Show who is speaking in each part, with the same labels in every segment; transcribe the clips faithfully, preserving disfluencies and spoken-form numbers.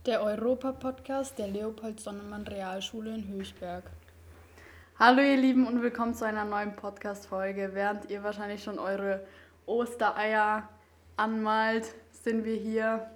Speaker 1: Der Europa-Podcast der Leopold-Sonnemann-Realschule in Höchberg.
Speaker 2: Hallo ihr Lieben und willkommen zu einer neuen Podcast-Folge. Während ihr wahrscheinlich schon eure Ostereier anmalt, sind wir hier.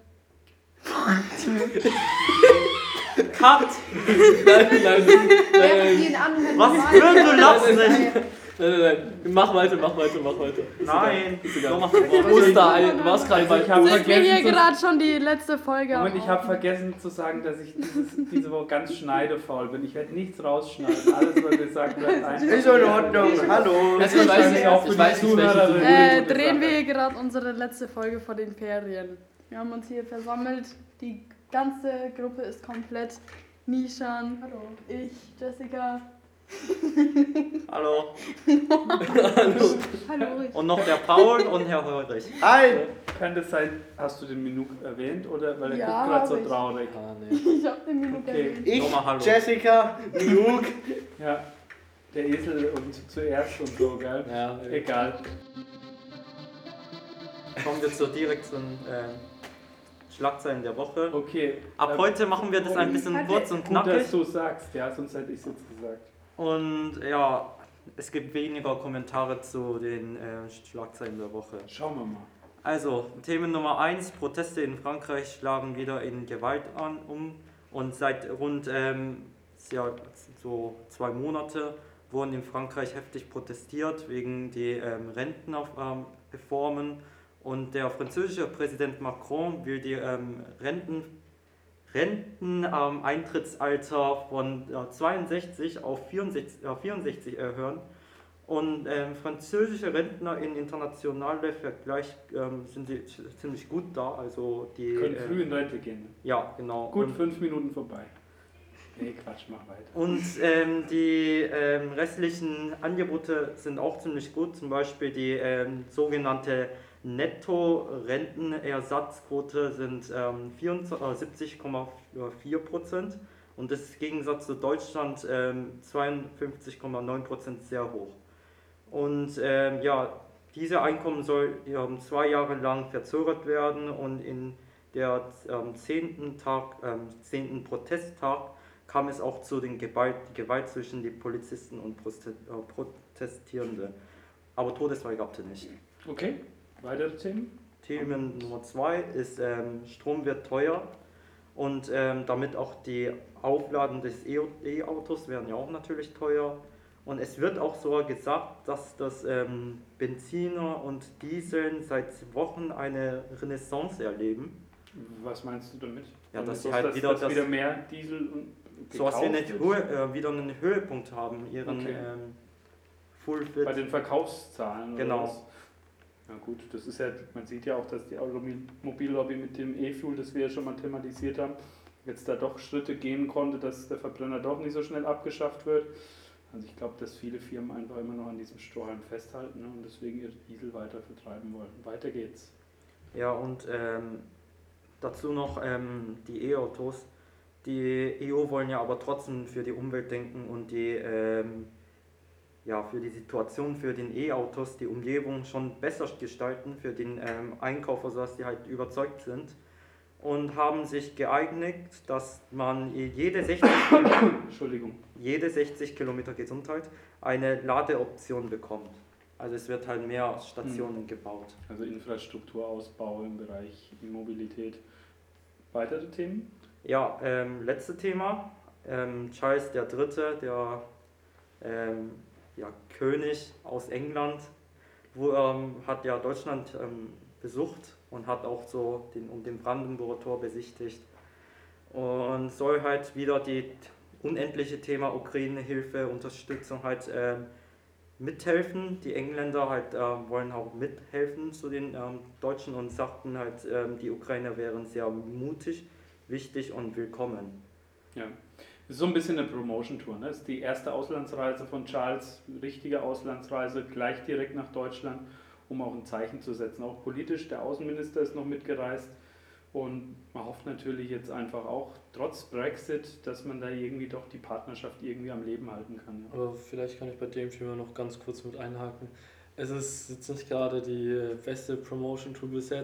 Speaker 3: Cut!
Speaker 4: Nein, nein, nein, nein,
Speaker 2: nein.
Speaker 3: Was für du lachst nicht?
Speaker 4: nein, nein, nein, mach weiter, mach weiter, mach weiter.
Speaker 3: Nein,
Speaker 4: Ist egal.
Speaker 3: so mach
Speaker 4: Osterei, du warst gerade bei
Speaker 5: Ich hab
Speaker 2: Sind wir hier
Speaker 5: vergessen zu-
Speaker 2: gerade schon die letzte Folge?
Speaker 5: Moment,
Speaker 2: am
Speaker 5: ich habe
Speaker 2: Aufnehmen?
Speaker 5: vergessen zu sagen, dass ich dieses, diese Woche ganz schneidefaul bin. Ich werde nichts rausschneiden. Alles, was gesagt wird, einfach.
Speaker 3: Ist in Ordnung, hallo.
Speaker 4: Also, ich weiß nicht,
Speaker 5: auch für
Speaker 4: ich
Speaker 5: die
Speaker 4: weiß nicht, welche
Speaker 5: Zuhörer.
Speaker 4: du-
Speaker 2: Äh,
Speaker 5: gute
Speaker 2: drehen
Speaker 5: Sache.
Speaker 2: wir hier gerade unsere letzte Folge vor den Ferien. Wir haben uns hier versammelt. Die ganze Gruppe ist komplett. Nishan,
Speaker 1: Hallo.
Speaker 2: ich, Jessica.
Speaker 3: Hallo.
Speaker 1: Hallo.
Speaker 3: Und noch der Paul und Herr Hörrich.
Speaker 5: Hi! Könnte es sein, hast du den Minuk erwähnt oder weil er
Speaker 2: Ja,
Speaker 5: guckt gerade so
Speaker 2: hab ich.
Speaker 5: traurig?
Speaker 4: Ah, nee.
Speaker 2: Ich hab den Minute
Speaker 5: Okay.
Speaker 2: erwähnt.
Speaker 6: Ich,
Speaker 3: Nochmal hallo.
Speaker 6: Jessica, Luke.
Speaker 5: Ja, der Esel und zuerst und so, gell?
Speaker 4: Ja,
Speaker 5: Egal.
Speaker 3: Kommen wir so direkt zum ähm, Schlagzeilen der Woche.
Speaker 5: Okay.
Speaker 3: Ab
Speaker 5: äh,
Speaker 3: heute machen wir das ein bisschen kurz und
Speaker 5: Gut, dass
Speaker 3: knackig.
Speaker 5: du sagst, ja, sonst hätte ich es jetzt gesagt.
Speaker 3: Und ja, es gibt weniger Kommentare zu den äh, Schlagzeilen der Woche.
Speaker 5: Schauen wir mal.
Speaker 3: Also, Themen Nummer eins, Proteste in Frankreich schlagen wieder in Gewalt an, um und seit rund ähm, ja, so zwei Monate wurden in Frankreich heftig protestiert wegen die ähm, Rentenreformen und der französische Präsident Macron will die ähm, Renten Renteneintrittsalter von äh, zweiundsechzig auf vierundsechzig, äh, vierundsechzig erhöhen. Und ähm, französische Rentner in internationalem Vergleich ähm, sind sie ziemlich gut da. Also die,
Speaker 5: Können
Speaker 3: äh,
Speaker 5: früh in Rente gehen.
Speaker 3: Ja, genau.
Speaker 5: Gut,
Speaker 3: Und,
Speaker 5: fünf Minuten vorbei. Nee, Quatsch, mach weiter.
Speaker 3: und ähm, die ähm, restlichen Angebote sind auch ziemlich gut. Zum Beispiel die ähm, sogenannte Netto-Rentenersatzquote sind ähm, siebzig Komma vier Prozent und das ist im Gegensatz zu Deutschland ähm, zweiundfünfzig Komma neun Prozent sehr hoch. Und ähm, ja, diese Einkommen soll ähm, zwei Jahre lang verzögert werden und in der ähm, zehnten Tag, ähm, zehnten Protesttag kam es auch zu den Gewalt, Gewalt zwischen den Polizisten und Proste- äh, Protestierenden. Aber Todesfall gab es nicht.
Speaker 5: Okay, weitere Themen?
Speaker 3: Themen Nummer zwei ist, ähm, Strom wird teuer und ähm, damit auch die Aufladen des E- E-Autos werden ja auch natürlich teuer. Und es wird auch sogar gesagt, dass das ähm, Benziner und Dieseln seit Wochen eine Renaissance erleben.
Speaker 5: Was meinst du damit?
Speaker 3: Ja, dass
Speaker 5: so,
Speaker 3: sie halt
Speaker 5: dass,
Speaker 3: wieder
Speaker 5: dass
Speaker 3: das-
Speaker 5: wieder mehr Diesel und
Speaker 3: So dass wir
Speaker 5: gekauft
Speaker 3: nicht
Speaker 5: wird?
Speaker 3: Höhe, äh, wieder einen Höhepunkt haben, ihren
Speaker 5: Okay.
Speaker 3: ähm, Full
Speaker 5: Bei
Speaker 3: Fit.
Speaker 5: den Verkaufszahlen oder
Speaker 3: Genau.
Speaker 5: was? Na gut, das ist ja, man sieht ja auch, dass die Automobillobby mit dem E-Fuel, das wir ja schon mal thematisiert haben, jetzt da doch Schritte gehen konnte, dass der Verbrenner doch nicht so schnell abgeschafft wird. Also ich glaube, dass viele Firmen einfach immer noch an diesem Strohhalm festhalten, ne, und deswegen ihre Diesel weiter vertreiben wollen. Weiter geht's.
Speaker 3: Ja, und ähm, dazu noch ähm, die E-Autos. Die E U wollen ja aber trotzdem für die Umwelt denken und die, ähm, ja, für die Situation für den E-Autos, die Umgebung schon besser gestalten für den ähm, Einkäufer, sodass die halt überzeugt sind. Und haben sich geeinigt, dass man jede sechzig,
Speaker 5: Entschuldigung.
Speaker 3: jede sechzig Kilometer Gesundheit eine Ladeoption bekommt. Also es wird halt mehr Stationen gebaut.
Speaker 5: Also Infrastrukturausbau im Bereich Mobilität. Weitere Themen?
Speaker 3: Ja, ähm, letzte Thema. Ähm, Charles der Dritte, der ähm, ja, König aus England, wo, ähm, hat ja Deutschland ähm, besucht und hat auch so den, um den Brandenburger Tor besichtigt und soll halt wieder die unendliche Thema Ukraine-Hilfe, Unterstützung halt ähm, mithelfen. Die Engländer halt ähm, wollen auch mithelfen zu den ähm, Deutschen und sagten halt, ähm, die Ukrainer wären sehr mutig, wichtig und willkommen.
Speaker 5: Ja, das ist so ein bisschen eine Promotion-Tour. Ne? Das ist die erste Auslandsreise von Charles, richtige Auslandsreise, gleich direkt nach Deutschland, um auch ein Zeichen zu setzen. Auch politisch, der Außenminister ist noch mitgereist und man hofft natürlich jetzt einfach auch, trotz Brexit, dass man da irgendwie doch die Partnerschaft irgendwie am Leben halten kann. Ja.
Speaker 4: Aber vielleicht kann ich bei dem Thema noch ganz kurz mit einhaken. Es ist jetzt nicht gerade die beste Promotion-Tool bis jetzt.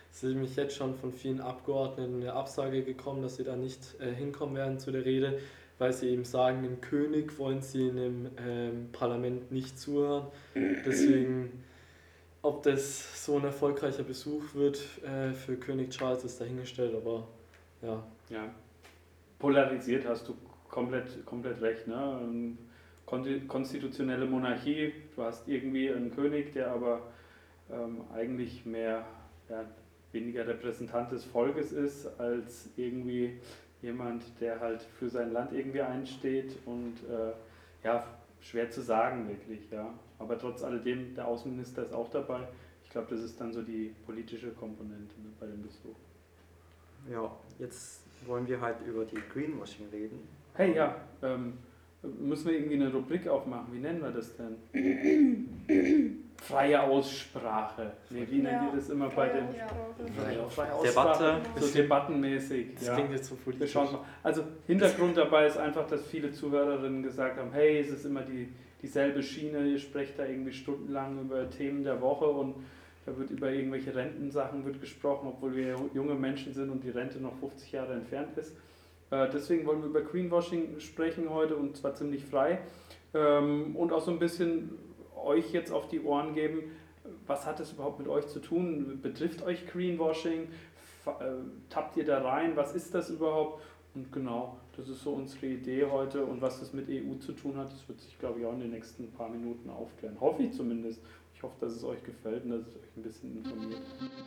Speaker 4: Es ist nämlich jetzt schon von vielen Abgeordneten eine Absage gekommen, dass sie da nicht äh, hinkommen werden zu der Rede, weil sie eben sagen, dem König wollen sie in dem ähm, Parlament nicht zuhören. Deswegen, ob das so ein erfolgreicher Besuch wird äh, für König Charles, ist dahingestellt, aber ja.
Speaker 5: Ja, polarisiert hast du komplett, komplett recht. Ne? Konstitutionelle Monarchie, du hast irgendwie einen König, der aber ähm, eigentlich mehr, ja, weniger Repräsentant des Volkes ist, als irgendwie jemand, der halt für sein Land irgendwie einsteht und äh, ja, schwer zu sagen wirklich, ja. Aber trotz alledem, der Außenminister ist auch dabei. Ich glaube, das ist dann so die politische Komponente, ne, bei dem Besuch.
Speaker 3: Ja, jetzt wollen wir halt über die Greenwashing reden.
Speaker 5: Hey, ja, ähm, müssen wir irgendwie eine Rubrik aufmachen? Wie nennen wir das denn? Freie Aussprache. Nee, wie nennt ihr das immer bei den
Speaker 1: Ja.
Speaker 5: Freie Aussprache?
Speaker 3: Debatte.
Speaker 5: So debattenmäßig.
Speaker 4: Das
Speaker 5: Ja.
Speaker 4: klingt jetzt so
Speaker 5: Wir
Speaker 4: politisch.
Speaker 5: schauen mal. Also Hintergrund dabei ist einfach, dass viele Zuhörerinnen gesagt haben, hey, es ist immer die, dieselbe Schiene, ihr sprecht da irgendwie stundenlang über Themen der Woche und da wird über irgendwelche Rentensachen wird gesprochen, obwohl wir junge Menschen sind und die Rente noch fünfzig Jahre entfernt ist. Deswegen wollen wir über Greenwashing sprechen heute und zwar ziemlich frei und auch so ein bisschen euch jetzt auf die Ohren geben, was hat es überhaupt mit euch zu tun? Betrifft euch Greenwashing? Tappt ihr da rein? Was ist das überhaupt? Und genau, das ist so unsere Idee heute und was das mit E U zu tun hat, das wird sich, glaube ich, auch in den nächsten paar Minuten aufklären. Hoffe ich zumindest. Ich hoffe, dass es euch gefällt und dass es euch ein bisschen informiert.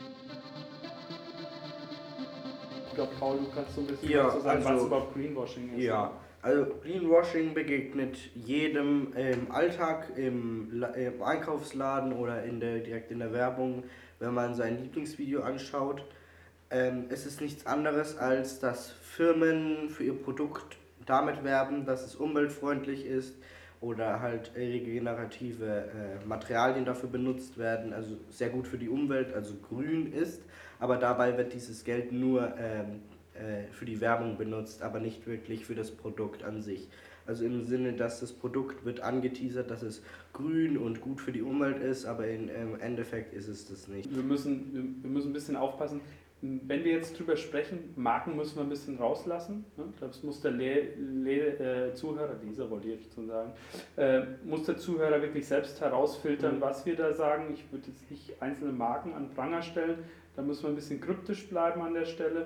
Speaker 5: Ich glaube, Paul, du kannst so ein bisschen
Speaker 6: Ja,
Speaker 5: dazu sagen,
Speaker 6: also,
Speaker 5: was überhaupt Greenwashing ist.
Speaker 6: Ja, also Greenwashing begegnet jedem im Alltag, im, La- im Einkaufsladen oder in der, direkt in der Werbung, wenn man sein Lieblingsvideo anschaut. Ähm, es ist nichts anderes, als dass Firmen für ihr Produkt damit werben, dass es umweltfreundlich ist oder halt regenerative äh, Materialien dafür benutzt werden, also sehr gut für die Umwelt, also grün ist, aber dabei wird dieses Geld nur ähm, äh, für die Werbung benutzt, aber nicht wirklich für das Produkt an sich. Also im Sinne, dass das Produkt wird angeteasert, dass es grün und gut für die Umwelt ist, aber in, im Endeffekt ist es das nicht.
Speaker 5: Wir müssen, wir müssen ein bisschen aufpassen. Wenn wir jetzt drüber sprechen, Marken müssen wir ein bisschen rauslassen. Ne? Das muss der Le Le äh, Zuhörer, Leser wollte ich jetzt schon sagen, äh, muss der Zuhörer wirklich selbst herausfiltern,
Speaker 6: Mhm.
Speaker 5: was wir da sagen. Ich würde jetzt nicht einzelne Marken an Pranger stellen, da müssen wir ein bisschen kryptisch bleiben an der Stelle.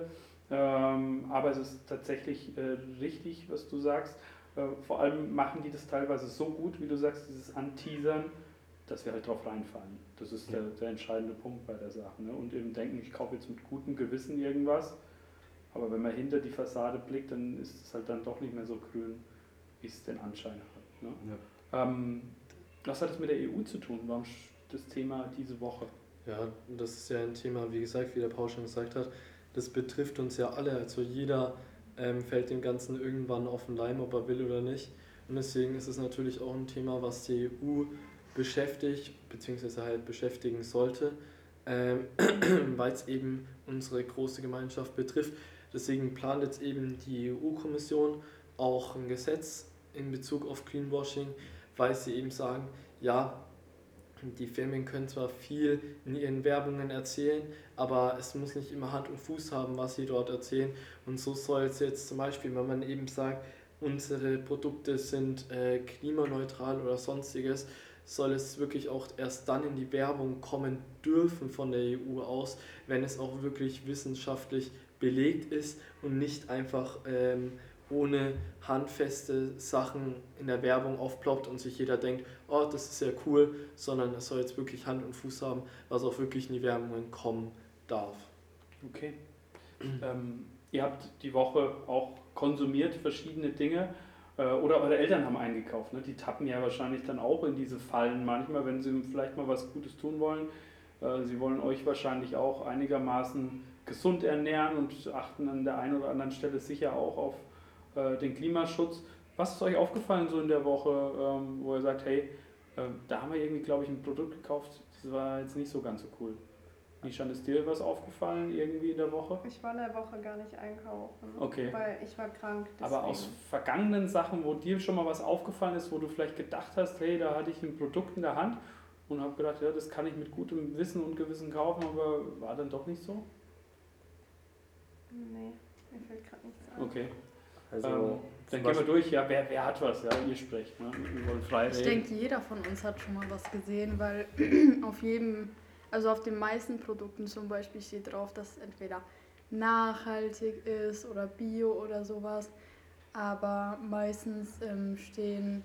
Speaker 5: Ähm, aber es ist tatsächlich äh, richtig, was du sagst. Äh, vor allem machen die das teilweise so gut, wie du sagst, dieses Anteasern, dass wir halt drauf reinfallen. Das ist der, der entscheidende Punkt bei der Sache. Ne? Und eben denken, ich kaufe jetzt mit gutem Gewissen irgendwas, aber wenn man hinter die Fassade blickt, dann ist es halt dann doch nicht mehr so grün, wie es den Anschein hat. Ne?
Speaker 6: Ja.
Speaker 5: Ähm, was hat es mit der E U zu tun? Warum das Thema diese Woche?
Speaker 4: Ja, das ist ja ein Thema, wie gesagt, wie der Paul schon gesagt hat, das betrifft uns ja alle. Also jeder ähm, fällt dem Ganzen irgendwann auf den Leim, ob er will oder nicht. Und deswegen ist es natürlich auch ein Thema, was die E U beschäftigt, beziehungsweise halt beschäftigen sollte, ähm, weil es eben unsere große Gemeinschaft betrifft. Deswegen plant jetzt eben die E U-Kommission auch ein Gesetz in Bezug auf Greenwashing, weil sie eben sagen, ja, die Firmen können zwar viel in ihren Werbungen erzählen, aber es muss nicht immer Hand und Fuß haben, was sie dort erzählen. Und so soll es jetzt zum Beispiel, wenn man eben sagt, unsere Produkte sind äh, klimaneutral oder sonstiges, soll es wirklich auch erst dann in die Werbung kommen dürfen von der E U aus, wenn es auch wirklich wissenschaftlich belegt ist und nicht einfach ähm, ohne handfeste Sachen in der Werbung aufploppt und sich jeder denkt, oh, das ist ja cool, sondern es soll jetzt wirklich Hand und Fuß haben, was auch wirklich in die Werbungen kommen darf.
Speaker 5: Okay. ähm, ihr habt die Woche auch konsumiert verschiedene Dinge. Oder eure Eltern haben eingekauft, ne? Die tappen ja wahrscheinlich dann auch in diese Fallen manchmal, wenn sie vielleicht mal was Gutes tun wollen. Sie wollen euch wahrscheinlich auch einigermaßen gesund ernähren und achten an der einen oder anderen Stelle sicher auch auf den Klimaschutz. Was ist euch aufgefallen so in der Woche, wo ihr sagt, hey, da haben wir irgendwie, glaube ich, ein Produkt gekauft, das war jetzt nicht so ganz so cool. Nishan, ist dir was aufgefallen irgendwie in der Woche?
Speaker 7: Ich war in der Woche gar nicht einkaufen,
Speaker 5: Okay.
Speaker 7: weil ich war krank. Deswegen.
Speaker 5: Aber aus vergangenen Sachen, wo dir schon mal was aufgefallen ist, wo du vielleicht gedacht hast, hey, da hatte ich ein Produkt in der Hand und habe gedacht, ja, das kann ich mit gutem Wissen und Gewissen kaufen, aber war dann doch nicht so.
Speaker 7: Nee, mir fällt gerade nichts ein.
Speaker 5: Okay.
Speaker 3: Also,
Speaker 5: ähm, dann gehen wir durch, ja, wer, wer hat was, ja, ihr sprecht, ne? Wir wollen frei
Speaker 2: Ich
Speaker 5: reden.
Speaker 2: denke, jeder von uns hat schon mal was gesehen, weil auf jedem, also auf den meisten Produkten zum Beispiel steht drauf, dass es entweder nachhaltig ist oder bio oder sowas, aber meistens ähm, stehen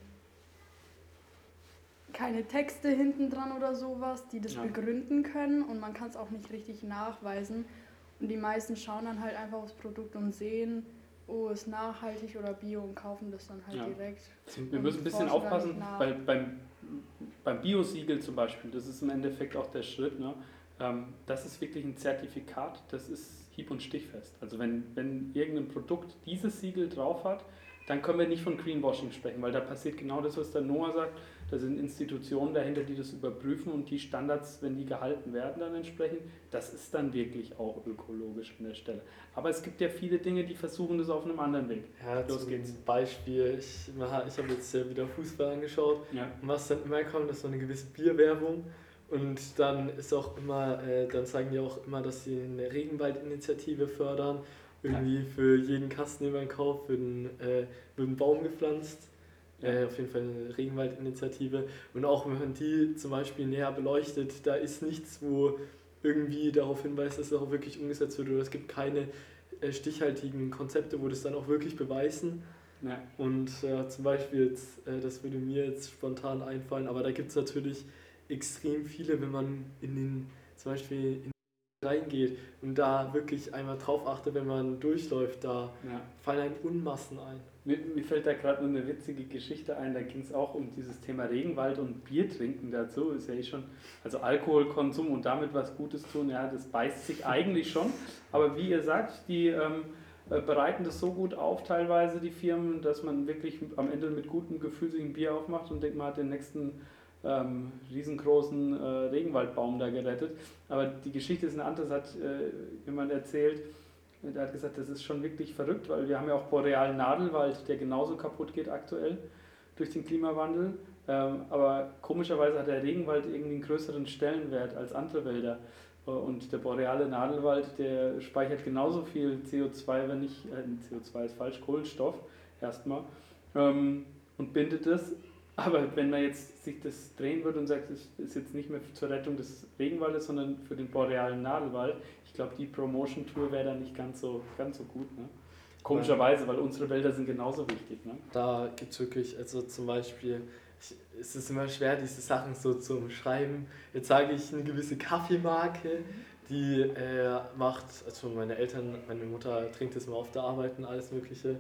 Speaker 2: keine Texte hinten dran oder sowas, die das
Speaker 5: Ja.
Speaker 2: begründen können und man kann es auch nicht richtig nachweisen und die meisten schauen dann halt einfach aufs Produkt und sehen, oh, ist nachhaltig oder bio und kaufen das dann halt
Speaker 5: Ja.
Speaker 2: direkt.
Speaker 5: Wir müssen ein bisschen
Speaker 2: forschen da
Speaker 5: aufpassen,
Speaker 2: nicht nach.
Speaker 5: weil beim, beim Bio-Siegel zum Beispiel, das ist im Endeffekt auch der Schritt, ne? ähm, das ist wirklich ein Zertifikat, das ist hieb- und stichfest. Also wenn, wenn irgendein Produkt dieses Siegel drauf hat, dann können wir nicht von Greenwashing sprechen, weil da passiert genau das, was der Noah sagt. Da sind Institutionen dahinter, die das überprüfen und die Standards, wenn die gehalten werden dann entsprechend, das ist dann wirklich auch ökologisch an der Stelle. Aber es gibt ja viele Dinge, die versuchen das auf einem anderen Weg.
Speaker 4: Ja,
Speaker 5: Los
Speaker 4: zum
Speaker 5: geht's.
Speaker 4: Beispiel, ich, ich habe jetzt ja wieder Fußball angeschaut
Speaker 5: Ja.
Speaker 4: und was dann immer kommt, ist so eine gewisse Bierwerbung und dann ist auch immer, äh, dann zeigen die auch immer, dass sie eine Regenwaldinitiative fördern, irgendwie für jeden Kasten, den man kauft, wird ein, äh, wird ein Baum gepflanzt. Äh, auf jeden Fall eine Regenwaldinitiative. Und auch wenn man die zum Beispiel näher beleuchtet, da ist nichts, wo irgendwie darauf hinweist, dass es auch wirklich umgesetzt wird. Oder es gibt keine äh, stichhaltigen Konzepte, wo das dann auch wirklich beweisen.
Speaker 5: Ja.
Speaker 4: Und äh, zum Beispiel, jetzt, äh, das würde mir jetzt spontan einfallen, aber da gibt es natürlich extrem viele, wenn man in den, zum Beispiel in reingeht und da wirklich einmal drauf achtet, wenn man durchläuft, da
Speaker 5: Ja.
Speaker 4: fallen einem Unmassen ein.
Speaker 5: Mir, mir fällt da gerade nur eine witzige Geschichte ein, da ging es auch um dieses Thema Regenwald und Bier trinken dazu, ist ja eh schon, also Alkoholkonsum und damit was Gutes tun, ja, das beißt sich eigentlich schon, aber wie ihr sagt, die ähm, äh, bereiten das so gut auf teilweise, die Firmen, dass man wirklich am Ende mit gutem Gefühl sich ein Bier aufmacht und denkt, man hat den nächsten ähm, riesengroßen äh, Regenwaldbaum da gerettet, aber die Geschichte ist eine andere, das hat äh, jemand erzählt. Der hat gesagt, das ist schon wirklich verrückt, weil wir haben ja auch borealen Nadelwald, der genauso kaputt geht aktuell durch den Klimawandel. Ähm, aber komischerweise hat der Regenwald irgendwie einen größeren Stellenwert als andere Wälder. Und der boreale Nadelwald, der speichert genauso viel C O zwei, wenn nicht, äh, C O zwei ist falsch, Kohlenstoff erstmal, ähm, und bindet es. Aber wenn man jetzt sich das drehen würde und sagt, es ist jetzt nicht mehr zur Rettung des Regenwaldes, sondern für den borealen Nadelwald, ich glaube, die Promotion-Tour wäre da nicht ganz so, ganz so gut. Ne? Komischerweise, weil unsere Wälder sind genauso wichtig. Ne?
Speaker 4: Da gibt es wirklich, also zum Beispiel, ich, es ist immer schwer, diese Sachen so zu umschreiben. Jetzt sage ich eine gewisse Kaffeemarke, die äh, macht, also meine Eltern, meine Mutter trinkt das mal auf der Arbeit und alles Mögliche.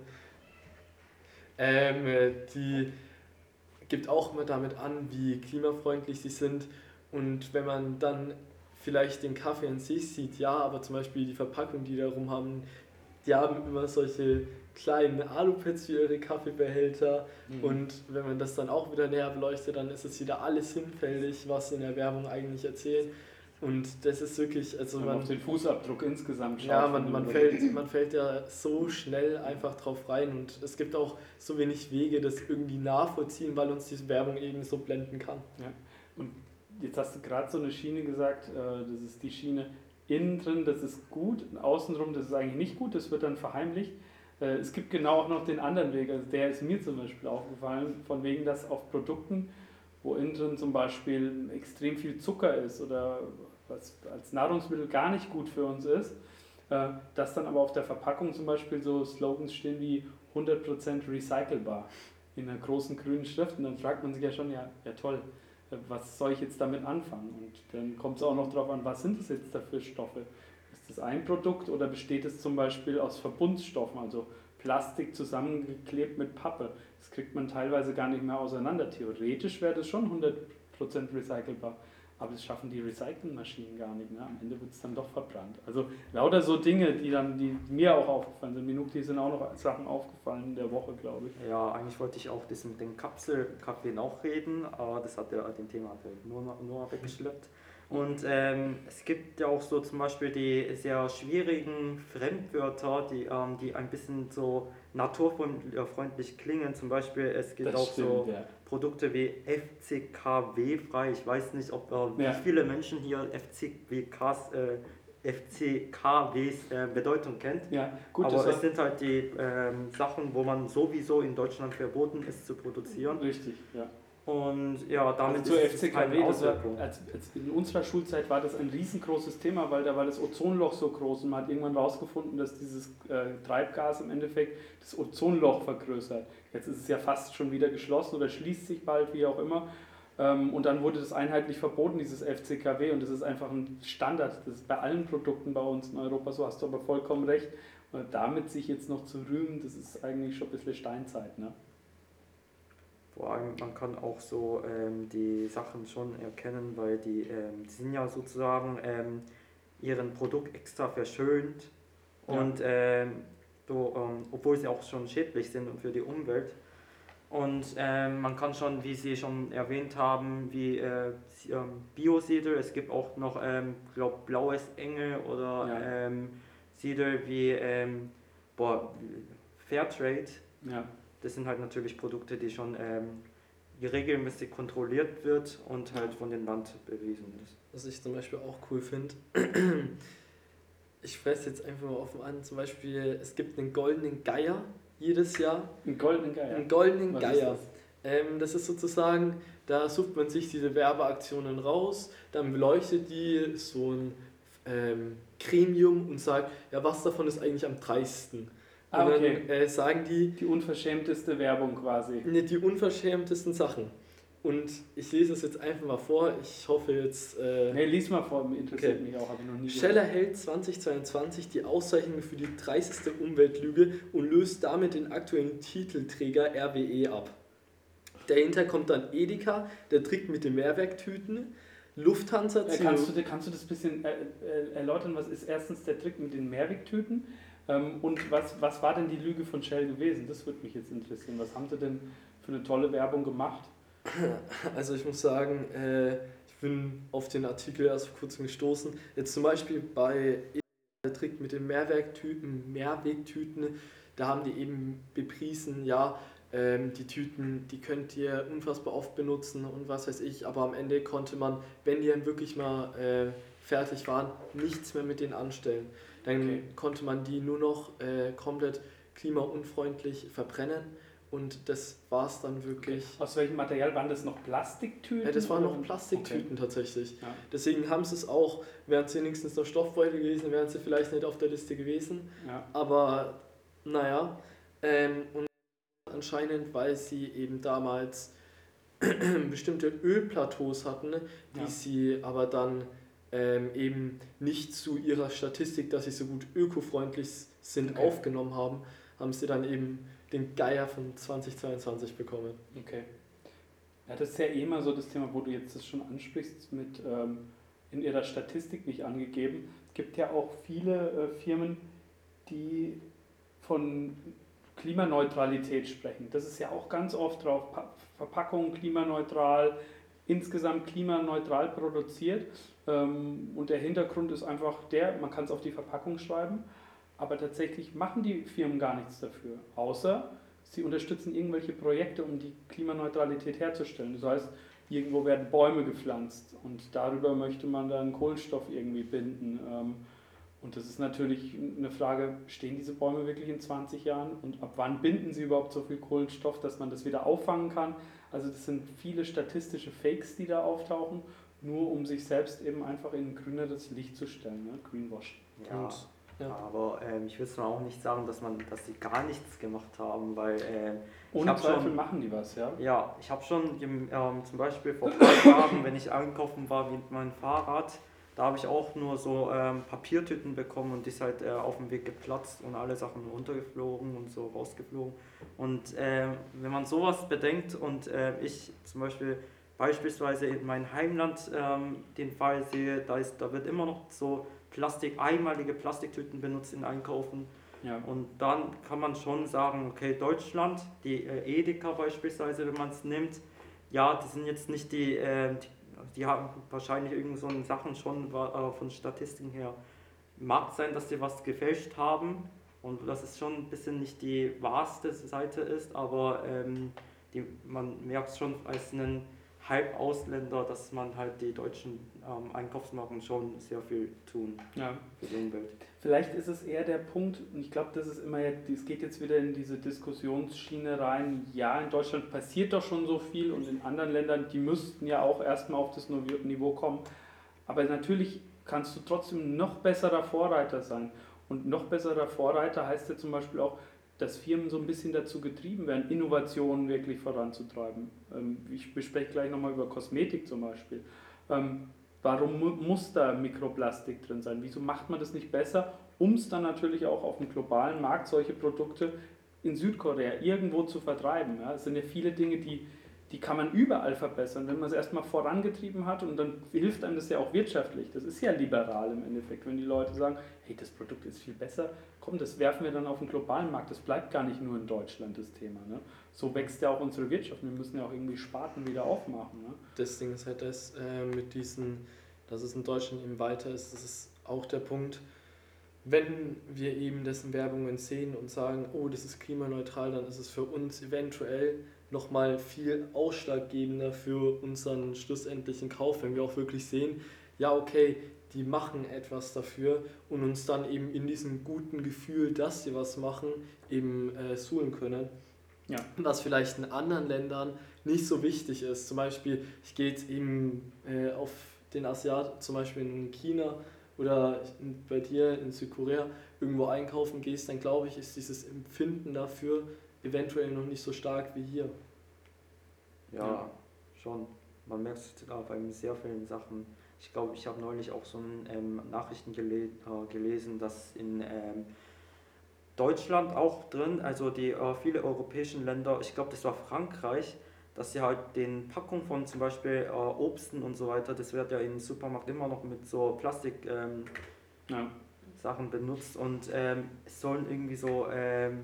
Speaker 4: Ähm, die gibt auch immer damit an, wie klimafreundlich sie sind. Und wenn man dann vielleicht den Kaffee an sich sieht, ja, aber zum Beispiel die Verpackung, die da rum haben, die haben immer solche kleinen Alupads für ihre Kaffeebehälter. Mhm. Und wenn man das dann auch wieder näher beleuchtet, dann ist es wieder alles hinfällig, was sie in der Werbung eigentlich erzählen. Und das ist wirklich, also
Speaker 5: wenn
Speaker 4: man
Speaker 5: man auf den Fußabdruck insgesamt schaut.
Speaker 4: Ja, man, man, fällt, man fällt ja so schnell einfach drauf rein und es gibt auch so wenig Wege, das irgendwie nachvollziehen, weil uns diese Werbung eben so blenden kann.
Speaker 5: Ja. Und jetzt hast du gerade so eine Schiene gesagt, äh, das ist die Schiene innen drin, das ist gut, und außenrum, das ist eigentlich nicht gut, das wird dann verheimlicht. Äh, es gibt genau auch noch den anderen Weg, also der ist mir zum Beispiel aufgefallen, von wegen, dass auf Produkten, wo innen drin zum Beispiel extrem viel Zucker ist oder was als Nahrungsmittel gar nicht gut für uns ist, äh, dass dann aber auf der Verpackung zum Beispiel so Slogans stehen wie hundert Prozent recycelbar in einer großen grünen Schrift und dann fragt man sich ja schon, ja, ja toll, was soll ich jetzt damit anfangen? Und dann kommt es auch noch darauf an, was sind das jetzt da für Stoffe? Ist das ein Produkt oder besteht es zum Beispiel aus Verbundstoffen, also Plastik zusammengeklebt mit Pappe? Das kriegt man teilweise gar nicht mehr auseinander. Theoretisch wäre das schon hundert Prozent recycelbar, aber das schaffen die Recyclingmaschinen gar nicht mehr. Am Ende wird es dann doch verbrannt. Also lauter so Dinge, die dann, die mir auch aufgefallen sind. Minuti sind auch noch Sachen aufgefallen in der Woche, glaube ich.
Speaker 3: Ja, eigentlich wollte ich auch das mit den Kapselkaffeen auch reden, aber das hat der, den Thema hat der nur, nur weggeschleppt. Und ähm, es gibt ja auch so zum Beispiel die sehr schwierigen Fremdwörter, die, ähm, die ein bisschen so naturfreundlich klingen. Zum Beispiel, es gibt
Speaker 5: Das
Speaker 3: auch
Speaker 5: stimmt,
Speaker 3: so
Speaker 5: ja.
Speaker 3: Produkte wie F C K W-frei. Ich weiß nicht, ob äh,
Speaker 5: Ja.
Speaker 3: wie viele Menschen hier F C Ks, äh, F C K Ws äh, Bedeutung kennt.
Speaker 5: Ja, gut,
Speaker 3: Aber
Speaker 5: das
Speaker 3: es
Speaker 5: war
Speaker 3: sind halt die ähm, Sachen, wo man sowieso in Deutschland verboten ist zu produzieren.
Speaker 5: richtig, ja.
Speaker 3: Und ja, damit
Speaker 5: Also zur
Speaker 3: ist es
Speaker 5: F C K
Speaker 3: keine
Speaker 5: W, das war,
Speaker 3: Auswirkung.
Speaker 5: als, als in unserer Schulzeit war das ein riesengroßes Thema, weil da war das Ozonloch so groß und man hat irgendwann rausgefunden, dass dieses äh, Treibgas im Endeffekt das Ozonloch vergrößert. Jetzt ist es ja fast schon wieder geschlossen oder schließt sich bald, wie auch immer. Ähm, und dann wurde das einheitlich verboten, dieses F C K W, und das ist einfach ein Standard. Das ist bei allen Produkten bei uns in Europa so, hast du aber vollkommen recht. Und damit sich jetzt noch zu rühmen, das ist eigentlich schon ein bisschen Steinzeit, ne?
Speaker 3: Vor allem, man kann auch so ähm, die Sachen schon erkennen, weil die, ähm, die sind ja sozusagen ähm, ihren Produkt extra verschönt
Speaker 5: Ja.
Speaker 3: und ähm, so, ähm, obwohl sie auch schon schädlich sind und für die Umwelt. Und ähm, man kann schon, wie Sie schon erwähnt haben, wie äh, ähm, Bio-Siegel, es gibt auch noch, ähm, glaub, blaues Engel oder
Speaker 5: Ja.
Speaker 3: ähm, Siegel wie ähm, boah, Fairtrade.
Speaker 5: Ja.
Speaker 3: Das sind halt natürlich Produkte, die schon ähm, regelmäßig kontrolliert wird und halt von dem Land bewiesen ist.
Speaker 4: Was ich zum Beispiel auch cool finde, ich fresse jetzt einfach mal offen an, zum Beispiel, es gibt einen goldenen Geier jedes Jahr.
Speaker 5: Einen goldenen Geier.
Speaker 4: Einen goldenen
Speaker 5: Was ist
Speaker 4: Geier.
Speaker 5: das?
Speaker 4: Ähm, das ist sozusagen, da sucht man sich diese Werbeaktionen raus, dann beleuchtet die so ein ähm, Gremium und sagt, ja, was davon ist eigentlich am dreisten.
Speaker 5: Ah,
Speaker 4: Und
Speaker 5: okay.
Speaker 4: dann äh, sagen die
Speaker 5: Die unverschämteste Werbung quasi.
Speaker 4: ne, die unverschämtesten Sachen. Und ich lese es jetzt einfach mal vor, ich hoffe jetzt... Äh,
Speaker 5: Nee, lies mal vor, interessiert
Speaker 4: Okay.
Speaker 5: mich auch, habe ich noch nie
Speaker 4: Shell erhält zweitausendzweiundzwanzig die Auszeichnung für die dreisteste Umweltlüge und löst damit den aktuellen Titelträger R W E ab. Dahinter kommt dann Edeka, der Trick mit den Mehrwerktüten, Lufthansa...
Speaker 5: Äh, kannst, du, kannst du das ein bisschen äh, äh, erläutern, was ist erstens der Trick mit den Mehrwegtüten ähm, und was, was war denn die Lüge von Shell gewesen? Das würde mich jetzt interessieren. Was haben sie denn für eine tolle Werbung gemacht?
Speaker 4: Also ich muss sagen, äh, ich bin auf den Artikel erst vor kurzem gestoßen. Jetzt zum Beispiel bei der Trick mit den Mehrwerktüten, Mehrwegtüten, da haben die eben bepriesen, ja, ähm, die Tüten, die könnt ihr unfassbar oft benutzen und was weiß ich, aber am Ende konnte man, wenn die dann wirklich mal äh, fertig waren, nichts mehr mit denen anstellen. Dann
Speaker 5: Okay.
Speaker 4: konnte man die nur noch äh, komplett klimaunfreundlich verbrennen. Und das war es dann wirklich.
Speaker 5: Aus welchem Material waren das noch Plastiktüten?
Speaker 4: Ja, das waren
Speaker 5: oder?
Speaker 4: noch Plastiktüten tatsächlich.
Speaker 5: Ja.
Speaker 4: Deswegen haben sie es auch, wären sie wenigstens noch Stoffbeutel gewesen, wären sie vielleicht nicht auf der Liste gewesen.
Speaker 5: Ja.
Speaker 4: Aber naja, ähm, und anscheinend, weil sie eben damals bestimmte Ölplateaus hatten, die
Speaker 5: Ja.
Speaker 4: sie aber dann ähm, eben nicht zu ihrer Statistik, dass sie so gut ökofreundlich sind,
Speaker 5: Okay.
Speaker 4: aufgenommen haben, haben sie dann eben den Geier von zweitausendzweiundzwanzig bekommen.
Speaker 5: Okay. Ja, das ist ja eh immer so das Thema, wo du jetzt das schon ansprichst, mit ähm, in ihrer Statistik nicht angegeben. Es gibt ja auch viele äh, Firmen, die von Klimaneutralität sprechen. Das ist ja auch ganz oft drauf, Pa- Verpackung klimaneutral, insgesamt klimaneutral produziert. Ähm, und der Hintergrund ist einfach der, man kann es auf die Verpackung schreiben, aber tatsächlich machen die Firmen gar nichts dafür, außer sie unterstützen irgendwelche Projekte, um die Klimaneutralität herzustellen. Das heißt, irgendwo werden Bäume gepflanzt und darüber möchte man dann Kohlenstoff irgendwie binden. Ähm, Und das ist natürlich eine Frage, stehen diese Bäume wirklich in zwanzig Jahren und ab wann binden sie überhaupt so viel Kohlenstoff, dass man das wieder auffangen kann? Also das sind viele statistische Fakes, die da auftauchen, nur um sich selbst eben einfach in ein grüneres Licht zu stellen, ne? Greenwash.
Speaker 3: Ja,
Speaker 4: Und, ja.
Speaker 3: aber ähm, ich will es auch nicht sagen, dass, man, dass sie gar nichts gemacht haben, weil ähm, ich
Speaker 5: Ohne
Speaker 3: habe
Speaker 5: Zweifel
Speaker 3: schon,
Speaker 5: machen die was, ja?
Speaker 3: ja, ich habe schon ähm, zum Beispiel vor ein paar Tagen, wenn ich einkaufen war mit meinem Fahrrad, da habe ich auch nur so ähm, Papiertüten bekommen und die ist halt äh, auf dem Weg geplatzt und alle Sachen runtergeflogen und so rausgeflogen. Und äh, wenn man sowas bedenkt und äh, ich zum Beispiel beispielsweise in meinem Heimland ähm, den Fall sehe, da, ist, da wird immer noch so Plastik, einmalige Plastiktüten benutzt in Einkaufen.
Speaker 5: Ja.
Speaker 3: Und dann kann man schon sagen, okay, Deutschland, die äh, Edeka beispielsweise, wenn man es nimmt, ja, die sind jetzt nicht die, äh, die die haben wahrscheinlich irgend so eine Sachen schon äh, von Statistiken her. Mag sein, dass sie was gefälscht haben und dass es schon ein bisschen nicht die wahrste Seite ist, aber ähm, die, man merkt schon als einen Halbausländer, dass man halt die deutschen ähm, Einkaufsmarken schon sehr viel tun
Speaker 5: Ja.
Speaker 3: für die Umwelt.
Speaker 5: Vielleicht ist es eher der Punkt, und ich glaube, das ist immer, es geht jetzt wieder in diese Diskussionsschiene rein, ja, in Deutschland passiert doch schon so viel und in anderen Ländern, die müssten ja auch erstmal auf das Niveau kommen, aber natürlich kannst du trotzdem noch besserer Vorreiter sein. Und noch besserer Vorreiter heißt ja zum Beispiel auch, dass Firmen so ein bisschen dazu getrieben werden, Innovationen wirklich voranzutreiben. Ich bespreche gleich nochmal über Kosmetik zum Beispiel. Warum muss da Mikroplastik drin sein? Wieso macht man das nicht besser, um es dann natürlich auch auf dem globalen Markt, solche Produkte in Südkorea irgendwo zu vertreiben? Ja, es sind ja viele Dinge, die, die kann man überall verbessern, wenn man es erstmal vorangetrieben hat und dann hilft einem das ja auch wirtschaftlich. Das ist ja liberal im Endeffekt, wenn die Leute sagen, hey, das Produkt ist viel besser, komm, das werfen wir dann auf den globalen Markt. Das bleibt gar nicht nur in Deutschland das Thema. Ne? So wächst ja auch unsere Wirtschaft. Wir müssen ja auch irgendwie Sparten wieder aufmachen. Ne?
Speaker 4: Das Ding ist halt das äh, mit diesen, dass es in Deutschland eben weiter ist, das ist auch der Punkt, wenn wir eben dessen Werbungen sehen und sagen, oh, das ist klimaneutral, dann ist es für uns eventuell nochmal viel ausschlaggebender für unseren schlussendlichen Kauf, wenn wir auch wirklich sehen, ja okay, die machen etwas dafür und uns dann eben in diesem guten Gefühl, dass sie was machen, eben äh, suhlen können.
Speaker 5: Ja.
Speaker 4: Was vielleicht in anderen Ländern nicht so wichtig ist. Zum Beispiel, ich gehe jetzt eben äh, auf den Asiaten, zum Beispiel in China oder in, bei dir in Südkorea irgendwo einkaufen gehst, dann glaube ich, ist dieses Empfinden dafür eventuell noch nicht so stark wie hier.
Speaker 3: Ja,
Speaker 5: Ja.
Speaker 3: schon. Man merkt es da bei sehr vielen Sachen. Ich glaube, ich habe neulich auch so ein ähm, Nachrichten gele äh, gelesen, dass in ähm, Deutschland auch drin, also die äh, viele europäischen Länder, ich glaube, das war Frankreich, dass sie halt den Packungen von zum Beispiel äh, Obsten und so weiter, das wird ja im Supermarkt immer noch mit so Plastik ähm,
Speaker 5: Ja.
Speaker 3: Sachen benutzt und ähm, es sollen irgendwie so, ähm,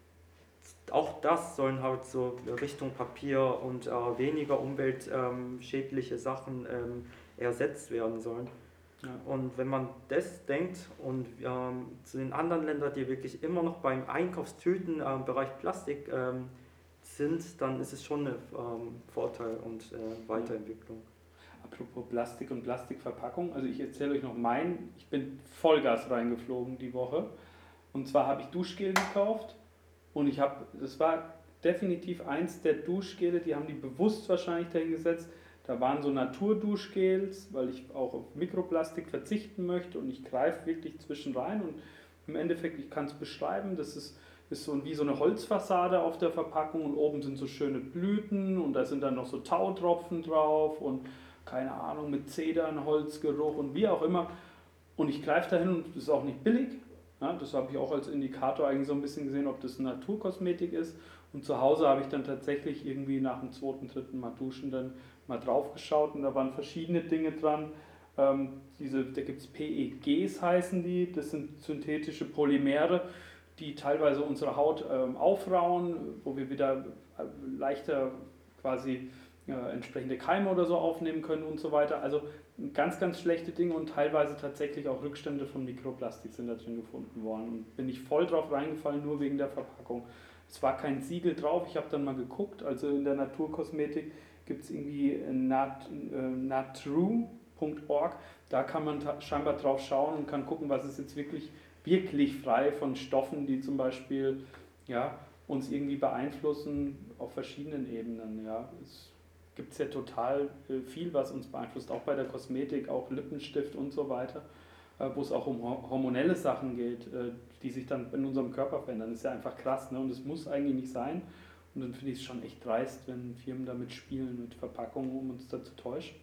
Speaker 3: auch das sollen halt so Richtung Papier und äh, weniger umweltschädliche Sachen ähm, ersetzt werden sollen.
Speaker 5: Ja.
Speaker 3: Und wenn man das denkt und ähm, zu den anderen Ländern, die wirklich immer noch beim Einkaufstüten im ähm, Bereich Plastik ähm, sind, dann ist es schon ein ähm, Vorteil und äh, Weiterentwicklung.
Speaker 5: Apropos Plastik und Plastikverpackung, also ich erzähle euch noch meinen, ich bin Vollgas reingeflogen die Woche und zwar habe ich Duschgel gekauft und ich habe, das war definitiv eins der Duschgele, die haben die bewusst wahrscheinlich dahingesetzt, da waren so Naturduschgels, weil ich auch auf Mikroplastik verzichten möchte und ich greife wirklich zwischen rein und im Endeffekt, ich kann es beschreiben, das ist, ist so wie so eine Holzfassade auf der Verpackung und oben sind so schöne Blüten und da sind dann noch so Tautropfen drauf und keine Ahnung, mit Zedernholzgeruch und wie auch immer. Und ich greife dahin und das ist auch nicht billig. Ja, das habe ich auch als Indikator eigentlich so ein bisschen gesehen, ob das Naturkosmetik ist. Und zu Hause habe ich dann tatsächlich irgendwie nach dem zweiten, dritten Mal duschen dann mal drauf geschaut und da waren verschiedene Dinge dran. Ähm, diese, da gibt es P E Gs heißen die, das sind synthetische Polymere, die teilweise unsere Haut ähm, aufrauen, wo wir wieder äh, leichter quasi äh, entsprechende Keime oder so aufnehmen können und so weiter. Also ganz, ganz schlechte Dinge und teilweise tatsächlich auch Rückstände von Mikroplastik sind da drin gefunden worden. Und bin ich voll drauf reingefallen, nur wegen der Verpackung. Es war kein Siegel drauf, ich habe dann mal geguckt, also in der Naturkosmetik gibt es irgendwie nat, äh, natru punkt org, da kann man scheinbar drauf schauen und kann gucken, was ist jetzt wirklich, wirklich frei von Stoffen, die zum Beispiel ja, uns irgendwie beeinflussen auf verschiedenen Ebenen. Ja. Es gibt ja total viel, was uns beeinflusst, auch bei der Kosmetik, auch Lippenstift und so weiter, wo es auch um hormonelle Sachen geht, die sich dann in unserem Körper verändern. Das ist ja einfach krass, ne? Und das muss eigentlich nicht sein. Und dann finde ich es schon echt dreist, wenn Firmen damit spielen, mit Verpackungen, um uns da zu täuschen.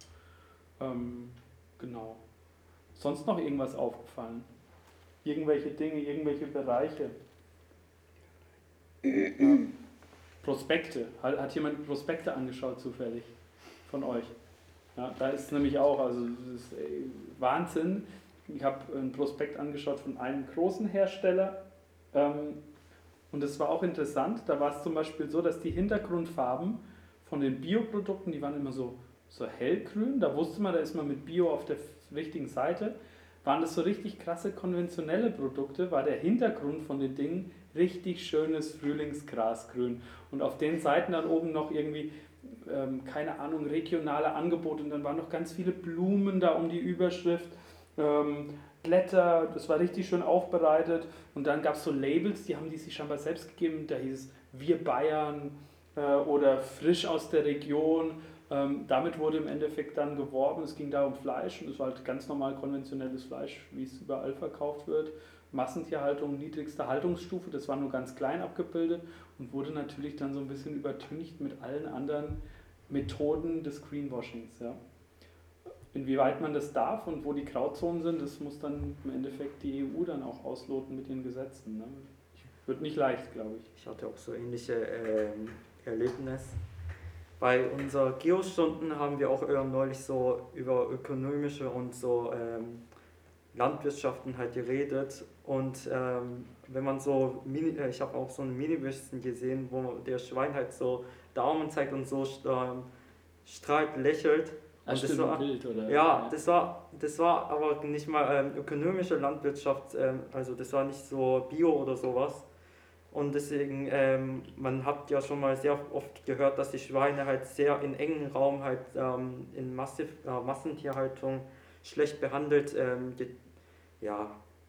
Speaker 5: Ja. Ähm, genau. Sonst noch irgendwas aufgefallen? Irgendwelche Dinge, irgendwelche Bereiche? Ja. Prospekte. Hat, hat jemand Prospekte angeschaut zufällig von euch? Ja, da ist es nämlich auch, also das ist ey, Wahnsinn. Ich habe einen Prospekt angeschaut von einem großen Hersteller ähm, und das war auch interessant. Da war es zum Beispiel so, dass die Hintergrundfarben von den Bioprodukten, die waren immer so, so hellgrün, da wusste man, da ist man mit Bio auf der richtigen Seite. Waren das so richtig krasse konventionelle Produkte, war der Hintergrund von den Dingen richtig schönes Frühlingsgrasgrün. Und auf den Seiten dann oben noch irgendwie, ähm, keine Ahnung, regionale Angebote. Und dann waren noch ganz viele Blumen da um die Überschrift, ähm, Blätter, das war richtig schön aufbereitet. Und dann gab es so Labels, die haben die sich scheinbar selbst gegeben. Da hieß es Wir Bayern äh, oder Frisch aus der Region. Ähm, damit wurde im Endeffekt dann geworben, es ging da um Fleisch und es war halt ganz normal konventionelles Fleisch, wie es überall verkauft wird. Massentierhaltung, niedrigste Haltungsstufe, das war nur ganz klein abgebildet und wurde natürlich dann so ein bisschen übertüncht mit allen anderen Methoden des Greenwashings. Ja. Inwieweit man das darf und wo die Grauzonen sind, das muss dann im Endeffekt die E U dann auch ausloten mit ihren Gesetzen. Ne? Wird nicht leicht, glaube ich.
Speaker 3: Ich hatte auch so ähnliche ähm, Erlebnisse. Bei unseren Geostunden haben wir auch ähm, neulich so über ökonomische und so ähm, Landwirtschaften halt geredet. Und ähm, wenn man so, Mini, äh, ich habe auch so ein Mini-Wissen gesehen, wo der Schwein halt so Daumen zeigt und so ähm, strahlt, lächelt.
Speaker 5: Ach,
Speaker 3: und
Speaker 5: stimmt,
Speaker 3: das war,
Speaker 5: Bild, oder?
Speaker 3: ja, das war, das war aber nicht mal ähm, ökonomische Landwirtschaft, ähm, also das war nicht so Bio oder sowas. Und deswegen, ähm, man hat ja schon mal sehr oft gehört, dass die Schweine halt sehr in engen Raum halt ähm, in Massiv, äh, Massentierhaltung schlecht behandelt, ähm, ge, ja,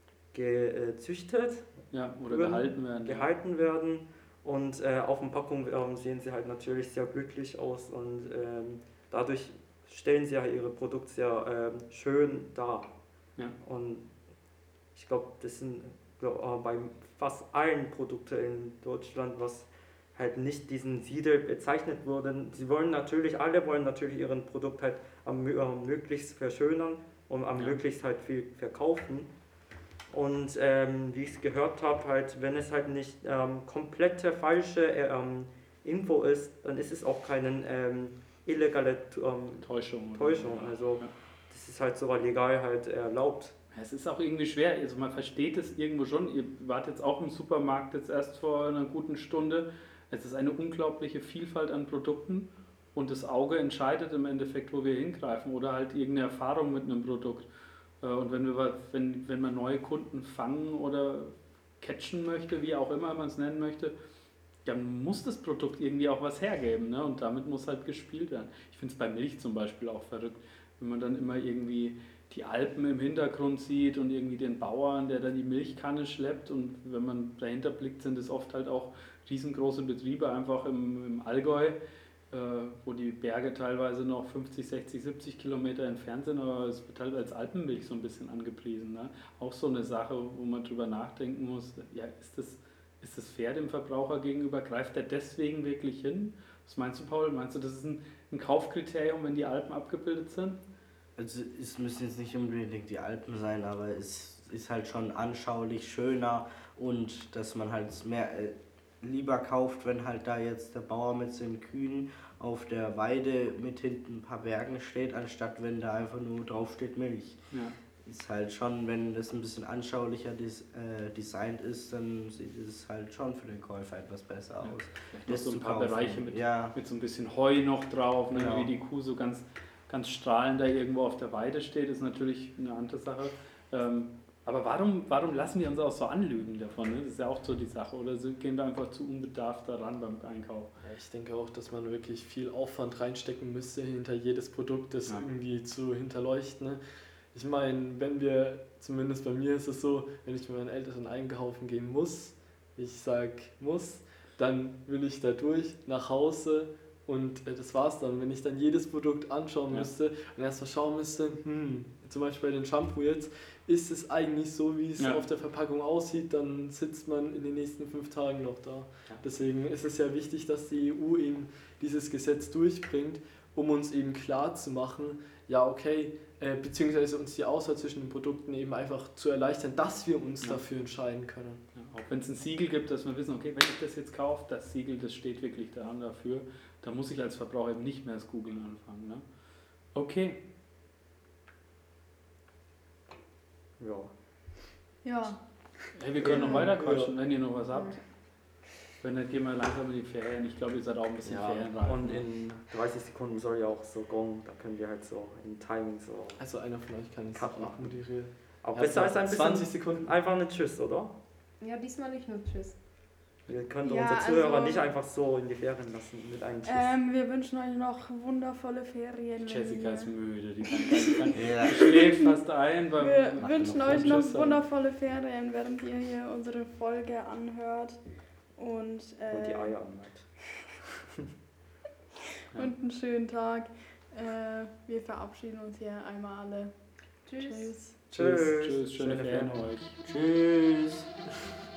Speaker 3: gezüchtet
Speaker 5: Ja, oder
Speaker 3: würden,
Speaker 5: gehalten werden.
Speaker 3: gehalten
Speaker 5: ja.
Speaker 3: werden. Und äh, auf dem Packung ähm, sehen sie halt natürlich sehr glücklich aus und ähm, dadurch stellen sie ja ihre Produkte sehr ähm, schön dar.
Speaker 5: Ja.
Speaker 3: Und ich glaube, das sind glaub, bei fast allen Produkten in Deutschland, was halt nicht diesen Siegel bezeichnet wurden. Sie wollen natürlich, alle wollen natürlich ihren Produkt halt am, am möglichst verschönern und am
Speaker 5: Ja.
Speaker 3: möglichst halt viel verkaufen. Und ähm, wie ich es gehört habe, halt, wenn es halt nicht ähm, komplette falsche ähm, Info ist, dann ist es auch keine ähm, illegale ähm,
Speaker 5: Täuschung.
Speaker 3: Täuschung. Also
Speaker 5: Ja.
Speaker 3: das ist halt sogar legal halt erlaubt.
Speaker 5: Es ist auch irgendwie schwer, also man versteht es irgendwo schon. Ihr wart jetzt auch im Supermarkt jetzt erst vor einer guten Stunde. Es ist eine unglaubliche Vielfalt an Produkten und das Auge entscheidet im Endeffekt, wo wir hingreifen oder halt irgendeine Erfahrung mit einem Produkt. Und wenn, wir, wenn, wenn man neue Kunden fangen oder catchen möchte, wie auch immer man es nennen möchte, dann muss das Produkt irgendwie auch was hergeben, ne? Und damit muss halt gespielt werden. Ich finde es bei Milch zum Beispiel auch verrückt, wenn man dann immer irgendwie die Alpen im Hintergrund sieht und irgendwie den Bauern, der dann die Milchkanne schleppt und wenn man dahinter blickt, sind es oft halt auch riesengroße Betriebe einfach im, im Allgäu, äh, wo die Berge teilweise noch fünfzig, sechzig, siebzig Kilometer entfernt sind, aber es wird halt als Alpenmilch so ein bisschen angepriesen. Ne? Auch so eine Sache, wo man drüber nachdenken muss, ja, ist das, ist das fair dem Verbraucher gegenüber? Greift er deswegen wirklich hin? Was meinst du, Paul? Meinst du, das ist ein, ein Kaufkriterium, wenn die Alpen abgebildet sind?
Speaker 6: Also es müssen jetzt nicht unbedingt die Alpen sein, aber es ist halt schon anschaulich, schöner und dass man halt mehr äh, lieber kauft, wenn halt da jetzt der Bauer mit seinen Kühen auf der Weide mit hinten ein paar Bergen steht, anstatt wenn da einfach nur drauf steht Milch.
Speaker 5: Ja.
Speaker 6: Ist halt schon, wenn das ein bisschen anschaulicher des, äh, designt ist, dann sieht es halt schon für den Käufer etwas besser aus.
Speaker 5: Ja, noch so ein paar
Speaker 6: kaufen.
Speaker 5: Bereiche mit,
Speaker 6: ja.
Speaker 5: mit so ein bisschen Heu noch drauf, ne,
Speaker 6: Genau.
Speaker 5: wie die Kuh so ganz, ganz strahlend da irgendwo auf der Weide steht, ist natürlich eine andere Sache. Ähm, aber warum, warum lassen wir uns auch so anlügen davon? Ne? Das ist ja auch so die Sache. Oder gehen wir einfach zu unbedarft daran beim Einkauf?
Speaker 4: Ja, ich denke auch, dass man wirklich viel Aufwand reinstecken müsste, hinter jedes Produkt das
Speaker 5: Ja.
Speaker 4: irgendwie zu hinterleuchten. Ne? Ich meine, wenn wir, zumindest bei mir ist es so, wenn ich mit meinen Eltern einkaufen gehen muss, ich sag muss, dann will ich da durch, nach Hause und äh, das war's dann. Wenn ich dann jedes Produkt anschauen
Speaker 5: Ja.
Speaker 4: müsste und erstmal schauen müsste, hm, zum Beispiel bei dem Shampoo jetzt, ist es eigentlich so, wie es
Speaker 5: Ja.
Speaker 4: auf der Verpackung aussieht, dann sitzt man in den nächsten fünf Tagen noch da.
Speaker 5: Ja.
Speaker 4: Deswegen ist es ja wichtig, dass die E U eben dieses Gesetz durchbringt, um uns eben klar zu machen, ja okay, äh, beziehungsweise uns die Auswahl zwischen den Produkten eben einfach zu erleichtern, dass wir uns
Speaker 5: Ja.
Speaker 4: dafür entscheiden können.
Speaker 5: Ja, auch wenn es ein Siegel gibt, dass wir wissen, okay, wenn ich das jetzt kaufe, das Siegel, das steht wirklich da dafür, da muss ich als Verbraucher eben nicht mehr das Googlen anfangen. Ne? Okay.
Speaker 3: Ja.
Speaker 2: Ja,
Speaker 5: Hey, wir können noch
Speaker 2: Ja.
Speaker 5: weiter quatschen, wenn ihr noch was habt. Wenn nicht, gehen wir langsam in die Ferien. Ich glaube, ihr seid auch ein bisschen
Speaker 4: Ja,
Speaker 5: ferienreif.
Speaker 3: Und in dreißig Sekunden soll ja auch so Gong, da können wir halt so in Timing so.
Speaker 4: Also einer von euch kann es
Speaker 3: Cut
Speaker 4: auch
Speaker 3: machen.
Speaker 4: moderieren.
Speaker 3: Auch
Speaker 4: Ja,
Speaker 3: besser als ein
Speaker 4: zwanzig
Speaker 3: bisschen
Speaker 4: Sekunden.
Speaker 3: einfach eine Tschüss, oder?
Speaker 7: Ja, diesmal nicht nur Tschüss.
Speaker 3: Wir können doch
Speaker 2: Ja,
Speaker 3: unsere Zuhörer
Speaker 2: also-
Speaker 3: nicht einfach so in die Ferien lassen mit einem Tschüss.
Speaker 2: Ähm, wir wünschen euch noch wundervolle Ferien. wenn
Speaker 5: Jessica
Speaker 2: ihr-
Speaker 5: ist müde, die, kann, die, kann,
Speaker 6: Ja.
Speaker 5: die schläft fast ein. Beim
Speaker 2: Wir
Speaker 5: Ach,
Speaker 2: wünschen
Speaker 5: noch
Speaker 2: euch noch
Speaker 5: Tschüss sagen.
Speaker 2: wundervolle Ferien, während ihr hier unsere Folge anhört. Und, äh,
Speaker 3: Und die Eier anhört.
Speaker 2: und einen schönen Tag. Äh, wir verabschieden uns hier einmal alle.
Speaker 7: Tschüss.
Speaker 2: Tschüss.
Speaker 5: Tschüss,
Speaker 3: Tschüss.
Speaker 5: tschüss, schöne
Speaker 3: Schöne
Speaker 5: Ferien
Speaker 3: Ferien.
Speaker 5: euch.
Speaker 6: Tschüss.